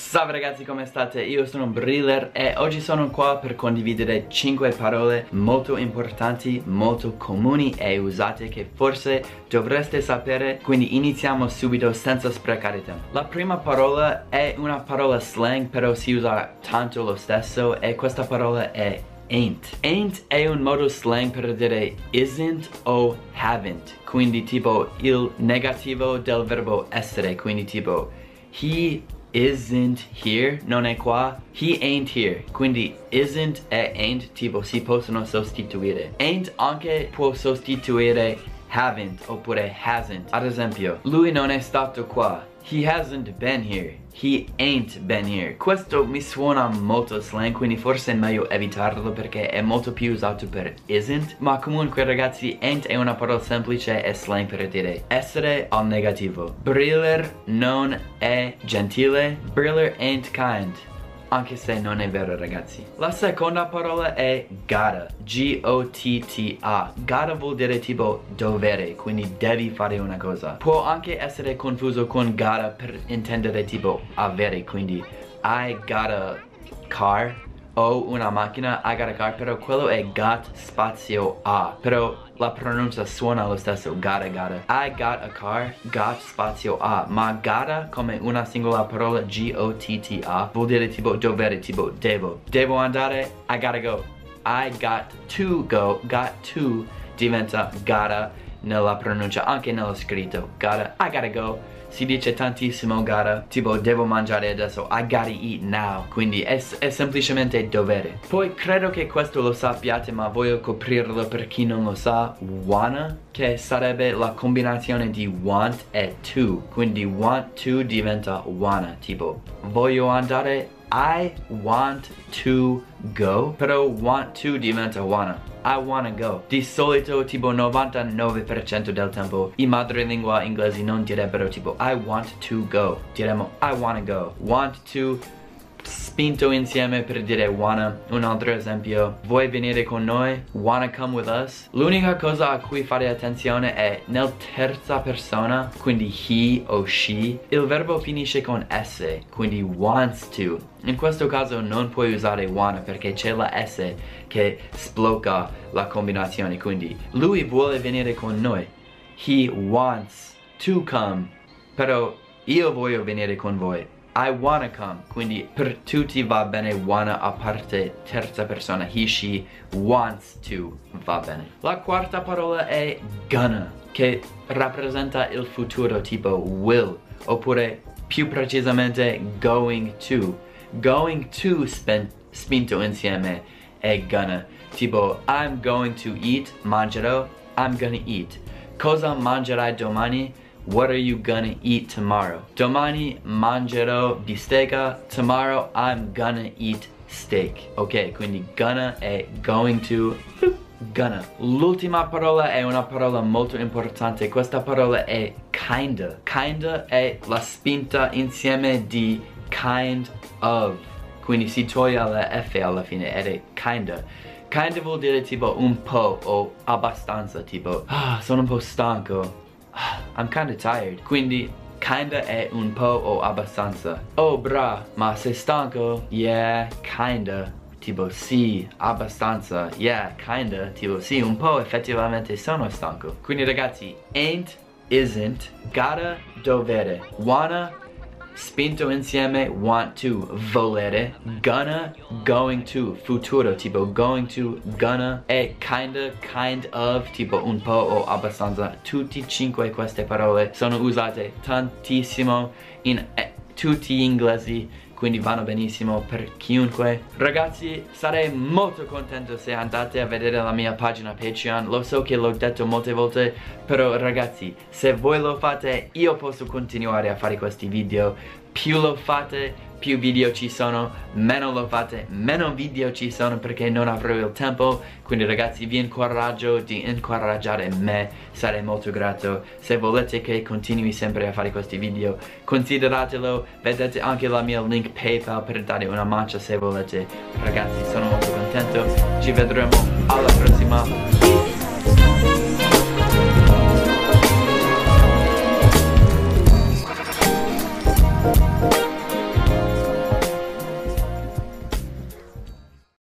Salve ragazzi, come state? Io sono Briller e oggi sono qua per condividere 5 parole molto importanti, molto comuni e usate che forse dovreste sapere, quindi iniziamo subito senza sprecare tempo. La prima parola è una parola slang, però si usa tanto lo stesso, e questa parola è ain't. Ain't è un modo slang per dire isn't o haven't, quindi tipo il negativo del verbo essere, quindi tipo he isn't here, non è qua, he ain't here, quindi isn't e ain't tipo si possono sostituire. Ain't anche può sostituire haven't oppure hasn't. Ad esempio, lui non è stato qua, he hasn't been here, he ain't been here. Questo mi suona molto slang, quindi forse è meglio evitarlo perché è molto più usato per isn't. Ma comunque ragazzi, ain't è una parola semplice e slang per dire essere al negativo. Briller non è gentile, Briller ain't kind, anche se non è vero ragazzi. La seconda parola è gotta, G-O-T-T-A. Gotta vuol dire tipo dovere, quindi devi fare una cosa. Può anche essere confuso con gotta per intendere tipo avere, quindi I got a car, ho una macchina, I got a car, però quello è got spazio a, però la pronuncia suona lo stesso, gotta. I got a car, got spazio a, ma gotta come una singola parola, G-O-T-T-A, vuol dire tipo dovere, tipo devo andare, I gotta go. I got to go, got to diventa gotta nella pronuncia, anche nello scritto, gotta, I gotta go. Si dice tantissimo gotta, tipo devo mangiare adesso, I gotta eat now, quindi è semplicemente dovere. Poi credo che questo lo sappiate, ma voglio coprirlo per chi non lo sa. Wanna, che sarebbe la combinazione di want e to, quindi want to diventa wanna, tipo voglio andare, I want to go, però want to diventa wanna, I wanna go. Di solito tipo 99% del tempo i madrelingua inglesi non direbbero tipo I want to go, diremmo I wanna go. Want to spinto insieme per dire wanna. Un altro esempio, vuoi venire con noi? Wanna come with us? L'unica cosa a cui fare attenzione è nel terza persona, quindi he o she, il verbo finisce con s, quindi wants to. In questo caso non puoi usare wanna perché c'è la s che sblocca la combinazione, quindi lui vuole venire con noi, he wants to come, però io voglio venire con voi, I wanna come, quindi per tutti va bene wanna a parte terza persona, he, she, wants to, va bene. La quarta parola è gonna, che rappresenta il futuro tipo will, oppure più precisamente going to. Going to spinto insieme è gonna, tipo I'm going to eat, mangerò, I'm gonna eat. Cosa mangerai domani? What are you gonna eat tomorrow? Domani mangerò bistecca, tomorrow I'm gonna eat steak. Ok, quindi gonna è going to, gonna. L'ultima parola è una parola molto importante, questa parola è kinda. Kinda è la spinta insieme di kind of, quindi si toglie la F alla fine ed è kinda. Kinda vuol dire tipo un po' o abbastanza, tipo sono un po' stanco, I'm kinda tired, quindi kinda è un po' o abbastanza. Oh bra, ma sei stanco? Yeah, kinda, tipo sì, abbastanza. Yeah, kinda, tipo sì, un po' effettivamente sono stanco. Quindi ragazzi, ain't, isn't, gotta, dovere, wanna, spinto insieme, want to, volere, gonna, going to, futuro, tipo going to, gonna, e kinda, kind of, tipo un po' o abbastanza. Tutti 5 queste parole sono usate tantissimo in tutti gli inglesi, quindi vanno benissimo per chiunque. Ragazzi, sarei molto contento se andate a vedere la mia pagina Patreon. Lo so che l'ho detto molte volte, però ragazzi, se voi lo fate io posso continuare a fare questi video. Più lo fate, più video ci sono, meno lo fate, meno video ci sono perché non avrò il tempo. Quindi ragazzi, vi incoraggio di incoraggiare me, sarei molto grato. Se volete che continui sempre a fare questi video, consideratelo. Vedete anche la mia link PayPal per dare una mancia se volete. Ragazzi, sono molto contento, ci vedremo alla prossima.